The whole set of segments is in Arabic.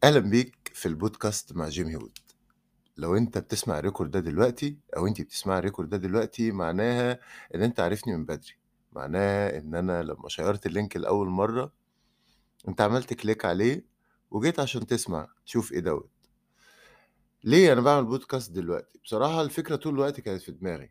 أهلًا بيك في البودكاست مع جيمي هود. لو أنت بتسمع الrecord ده دلوقتي أو أنتِ بتسمعي الrecord ده دلوقتي معناها إن أنت عارفني من بدري، معناها إن أنا لمّا شيّرت الlink لأول مرّة أنت عملت click عليه وجيت عشان تسمع، تشوف إيه دوّة. ليه أنا باعمل بودكاست دلوقتي؟ بصراحة الفكرة طول الوقت كانت في دماغي،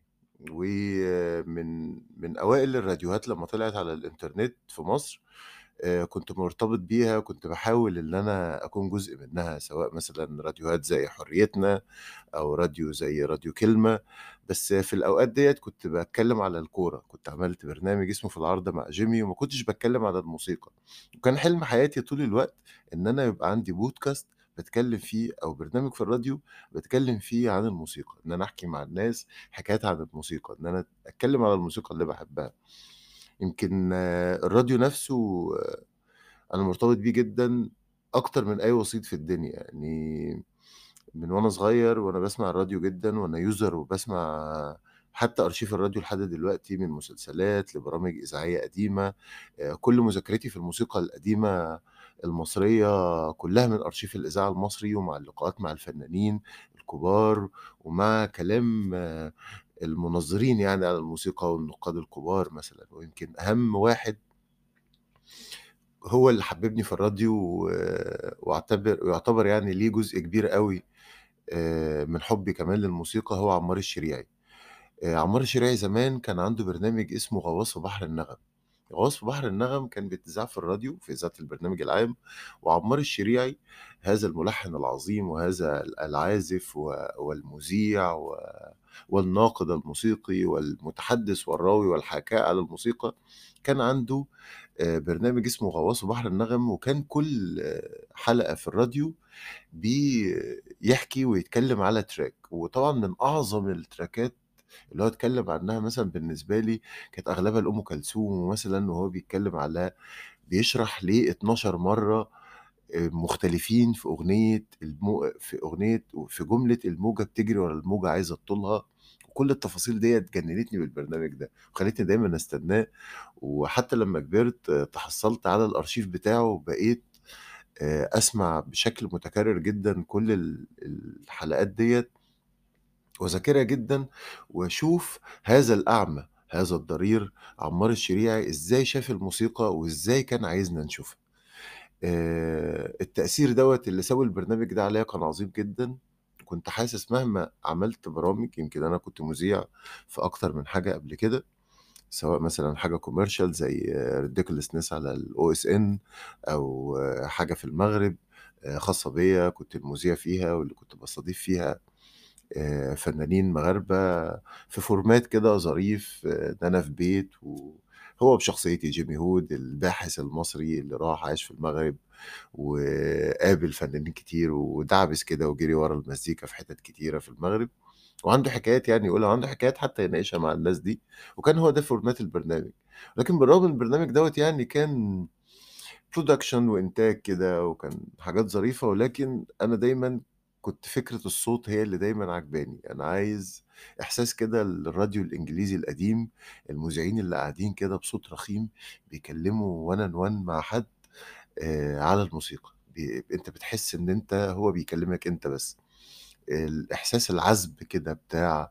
ومن أوائل الراديوهات لمّا طلعت على الإنترنت في مصر، كنت مرتبط بيها، وكنت باحاول إن أنا أكون جزء منها، سواء مثلًا راديوهات زي حريتنا أو راديو زي راديو كلمة، بس في الأوقات ديّة كنت باتكلّم على الكورة، كنت عملت برنامج اسمه في العارضة مع جيمي وما كنتش باتكلّم على الموسيقى، وكان حلم حياتي طول الوقت إن أنا يبقى عندي بودكاست باتكلّم فيه أو برنامج في الراديو باتكلّم فيه عن الموسيقى، إن أنا أحكي مع الناس حكايات عن الموسيقى، إن أنا أتكلّم على الموسيقى اللي باحبها. يمكن الراديو نَفْسه أنا مرتبط بيه جدًا أكتر من أي وسيط في الدنيا، يعني من وأنا صغير وأنا باسمع الراديو جدًا وأنا user وباسمع حتى أرشيف الراديو لحد دلوقتي من مسلسلات لبرامج إذاعية قديمة، كل مذاكرتي في الموسيقى القديمة المصرية كلّها من أرشيف الإذاعة المصري ومع اللقاءات مع الفنانين الكبار ومع كلام المنظّرين يعني على الموسيقى والنقاد الكبار مثلًا، ويمكن أهم واحد هو اللي حبّبني في الراديو ويعتبر يعني ليه جزء كبير أوي من حُبّي كمان للموسيقى هو عمار الشريعي. عمار الشريعي زمان كان عنده برنامج اسمه غواص في بحر النغم. غواص في بحر النغم كان بيتذاع في الراديو في إذاعة البرنامج العام، وعمار الشريعي هذا الملحّن العظيم وهذا العازف والمذيع والناقد الموسيقي والمتحدث والراوي والحكاء على الموسيقى، كان عنده برنامج اسمه غواص في بحر النغم، وكان كل حلقة في الراديو بيحكي ويتكلم على track، وطبعًا من أعظم التراكات اللي هو اتكلم عنها مثلًا بالنسبة لي كانت أغلبها لأم كلثوم مثلًا، وهو بيتكلم على بيشرح ليه 12 مرّة مختلفين في جملة الموجة بتجري ورا الموجة عايزة تطولها، وكل التفاصيل ديّة جننتني بالبرنامج ده، وخلّتني دايمًا أستناه، وحتى لمّا كبرت تحصلت على الأرشيف بتاعه وبقيت أسمع بشكل متكرر جدًا كل الحلقات ديّة وأذاكرها جدًا، وأشوف هذا الأعمى، هذا الضرير عمار الشريعي إزاي شاف الموسيقى وإزاي كان عايزنا نشوفها. التأثير دوّة اللي سابه البرنامج ده عليّا كان عظيم جدًا، كنت حاسس مهما عملت برامج يمكن أنا كنت مذيع في أكتر من حاجة قبل كده، سواء مثلًا حاجة commercial زي ridiculousness على الOSN أو حاجة في المغرب خاصة بيّا كنت المذيع فيها واللي كنت باستضيف فيها فنانين مغاربة في فورمات كده ظريف، ده أنا في بيت وهو بشخصيتي جيمي هود الباحث المصري اللي راح عاش في المغرب وقابل فنانين كتير ودعبس كده وجري ورا المزيكا في حتت كتيرة في المغرب، وعنده حكايات يعني يقولها وعنده حكايات حتى يناقشها مع الناس دي، وكان هو ده فورمات البرنامج. لكن بالرغم من البرنامج دوّة يعني كان production وإنتاج كده وكان حاجات ظريفة، ولكن أنا دايمًا كنت فكرة الصوت هي اللي دايمًا عاجباني، أنا عايز إحساس كده الراديو الإنجليزي القديم، المذيعين اللي قاعدين كده بصوت رخيم بيتكلموا one on one مع حد على الموسيقى، أنت بتحس إن هو بيكلمك أنت بس، الإحساس العذب كده بتاع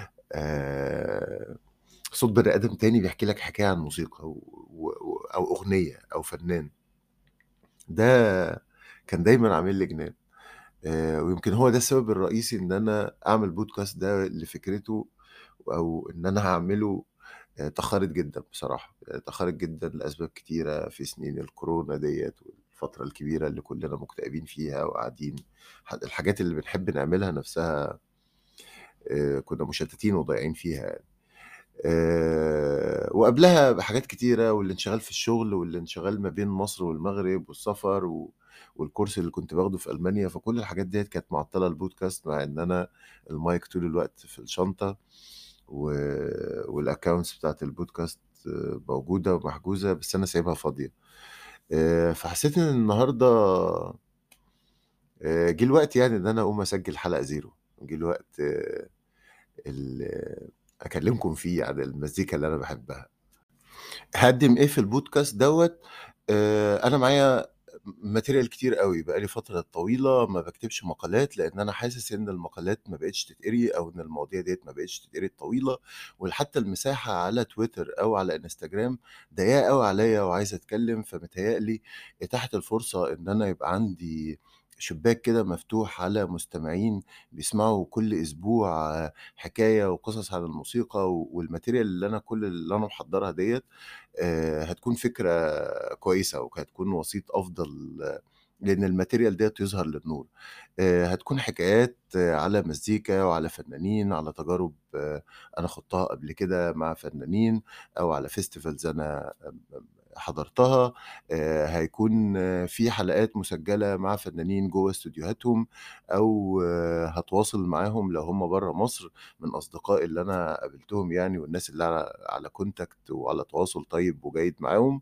آآ صوت بني آدم تاني بيحكي لك حكاية عن موسيقى أو أغنية أو فنان. ده كان دايمًا عامل لي جنان، ويمكن هو ده السبب الرئيسي إن أنا أعمل podcast ده اللي فكرته أو إن أنا هاعمله اتأخرت جدًا بصراحة، اتأخرت جدًا لأسباب كتيرة في سنين الكورونا ديّة والفترة الكبيرة اللي كلنا مكتئبين فيها وقاعدين الحاجات اللي بنحب نعملها نفسها كنا مشتتين وضايعين فيها يعني. وقبلها بحاجات كتيرة والانشغال في الشغل والانشغال ما بين مصر والمغرب والسفر والكورس اللي كنت باخده في ألمانيا، فكل الحاجات ديّة كانت معطّلة البودكاست مع إن أنا المايك طول الوقت في الشنطة و والaccounts بتاعة البودكاست موجودة ومحجوزة، بس أنا سايبها فاضية. فحسيت إن النهارده جِه الوقت يعني إن أنا أقوم أسجّل حلقة زيرو، جِه الوقت أكلّمكم فيه عن المزيكا اللي أنا باحبها. هاقدّم إيه في البودكاست دوّة، أنا معايا material كتير أوي، بقى لي فترة طويلة ما باكتبش مقالات، لإن أنا حاسس إن المقالات ما بقتش تتقري، أو إن المواضيع ديّة ما بقتش تتقري الطويلة، وحتى المساحة على تويتر أو على إنستجرام ضيّقة أوي عليّا وعايز أتكلم، فمتهيأ لي إتاحة الفرصة إن أنا يبقى عندي شباك كده مفتوح على مستمعين بيسمعوا كل أسبوع حكاية وقصص عن الموسيقى والmaterial كل اللي أنا محضّرها ديّة، هتكون فكرة كويسة وهتكون وسيط أفضل لإن الmaterial ديّة يظهر للنور. هتكون حكايات على مزيكا وعلى فنانين، على تجارب أنا خُضتها قبل كده مع فنانين، أو على festivals أنا حضرتها. هيكون في حلقات مسجّلة مع فنانين جوّه استوديوهاتهم، أو هاتواصل معاهم لو هم برّه مصر من أصدقائي اللي أنا قابلتهم يعني، والناس اللي على contact وعلى تواصل طيب وجيد معاهم.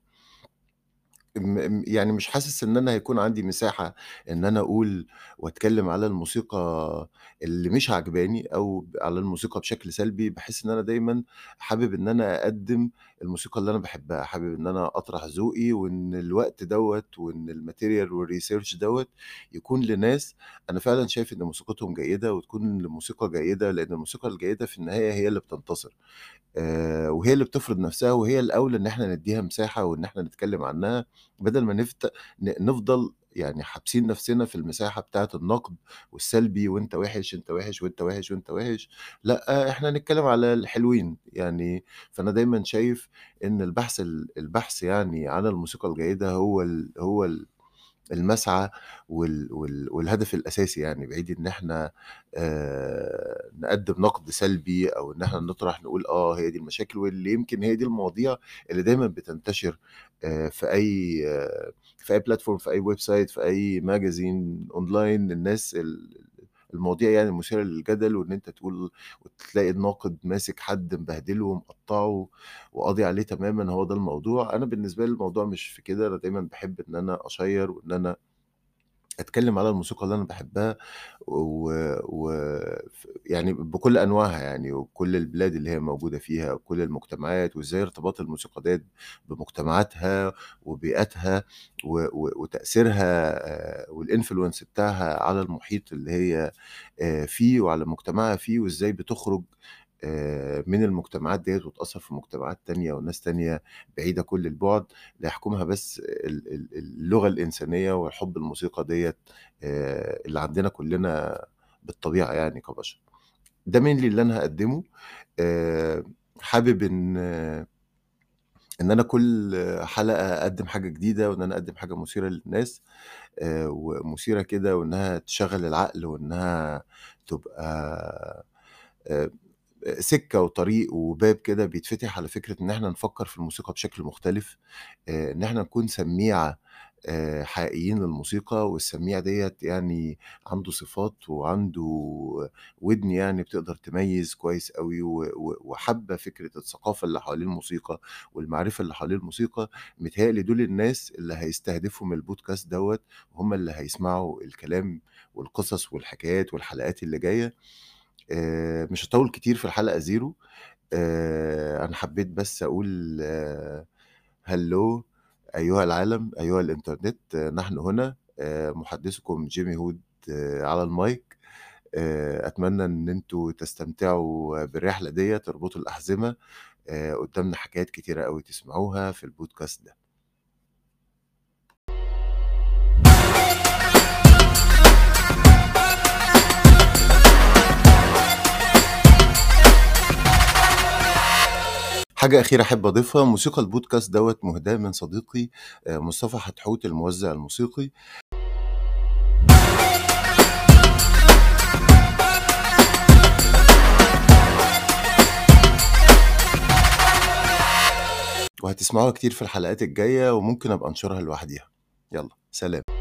يعني مش حاسس إن أنا هيكون عندي مساحة إن أنا أقول وأتكلّم على الموسيقى اللي مش عاجباني، أو على الموسيقى بشكل سلبي. باحس إن أنا دايمًا حابب إن أنا أقدّم الموسيقى اللي أنا باحبها، حابب إن أنا أطرح ذوقي، وإن الوقت دوّة وإن الmaterial والresearch دوّة يكون لناس أنا فعلًا شايف إن موسيقتهم جيدة، وتكون الموسيقى جيدة، لإن الموسيقى الجيدة في النهاية هي اللي بتنتصر. وهي اللي بتفرض نفسها، وهي الأولى إن إحنا ندّيها مساحة وإن إحنا نتكلّم عنها، بدل ما نفضل يعني حابسين نفسنا في المساحة بتاعة النقد والسلبي، وأنت وِحِش، أنت وِحِش، وأنت وِحِش، وأنت وِحِش. لأ، إحنا نتكلّم على الحلوين يعني. فأنا دايمًا شايف إن البحث يعني عن الموسيقى الجيدة هو المسعى والهدف الأساسي يعني، بعيد إن إحنا نقدّم نقد سلبي، أو إن إحنا نطرح نقول هي دي المشاكل، واللي يمكن هي دي المواضيع اللي دايمًا بتنتشر في أي platform، في أي website، في أي magazine online. الناس المواضيع يعني المثيرة للجدل، وإن أنت تقول وتلاقي الناقد ماسك حد مبهدله ومقطّعه وقاضي عليه تمامًا، هو ده الموضوع. أنا بالنسبة لي الموضوع مش في كده، أنا دايمًا باحب إن أنا أشيّر، وإن أنا أتكلّم على الموسيقى اللي أنا باحبها، و و يعني بكل أنواعها يعني، وبكل البلاد اللي هي موجودة فيها، وكل المجتمعات، وإزاي ارتباط الموسيقى ديّة بمجتمعاتها وبيئاتها، وتأثيرها والinfluence بتاعها على المحيط اللي هي فيه، وعلى مجتمعها فيه، وإزاي بتخرج من المجتمعات ديّة وتأثّر في مجتمعات تانية وناس تانية بعيدة كل البُعد، لا يحكمها بس اللغة الإنسانية وحُب الموسيقى ديّة اللي عندنا كُلّنا بالطبيعة يعني كبشر. ده mainly اللي أنا هاقدّمه. آآ حابب إن أنا كل حلقة أقدّم حاجة جديدة، وإن أنا أقدّم حاجة مثيرة للناس، ومثيرة كده، وإنها تشغّل العقل، وإنها تبقى آآ سِكّة وطريق وباب كده بيتفتح على فكرة إن إحنا نفكّر في الموسيقى بشكل مختلف، إن إحنا نكون سمّيعة حقيقيين للموسيقى، والسميع ديّة يعني عنده صفات وعنده ودن يعني بتقدر تميّز كويس أوي، وحابة فكرة الثقافة اللي حوالين الموسيقى والمعرفة اللي حوالين الموسيقى. متهيأ لي دول الناس اللي هيستهدفوا من البودكاست دوّة، وهُم اللي هيسمعوا الكلام والقصص والحكايات والحلقات اللي جاية. مش هاطوّل كتير في الحلقة 0. أنا حبّيت بس أقول hello أيها العالم، أيها الإنترنت. نحن هنا محدثكم جيمي هود على المايك. أتمنى إن أنتم تستمتعوا بالرحلة ديّة، تربطوا الأحزمة. قدّامنا حكايات كتيرة أوي تسمعوها في البودكاست ده. حاجة أخيرة أحب أضيفها، موسيقى البودكاست دوّة مُهداة من صديقي مصطفى حتحوت الموزع الموسيقي. وهتسمعوها كتير في الحلقات الجاية، وممكن أبقى أنشرها لوحديها. يالّا، سلام.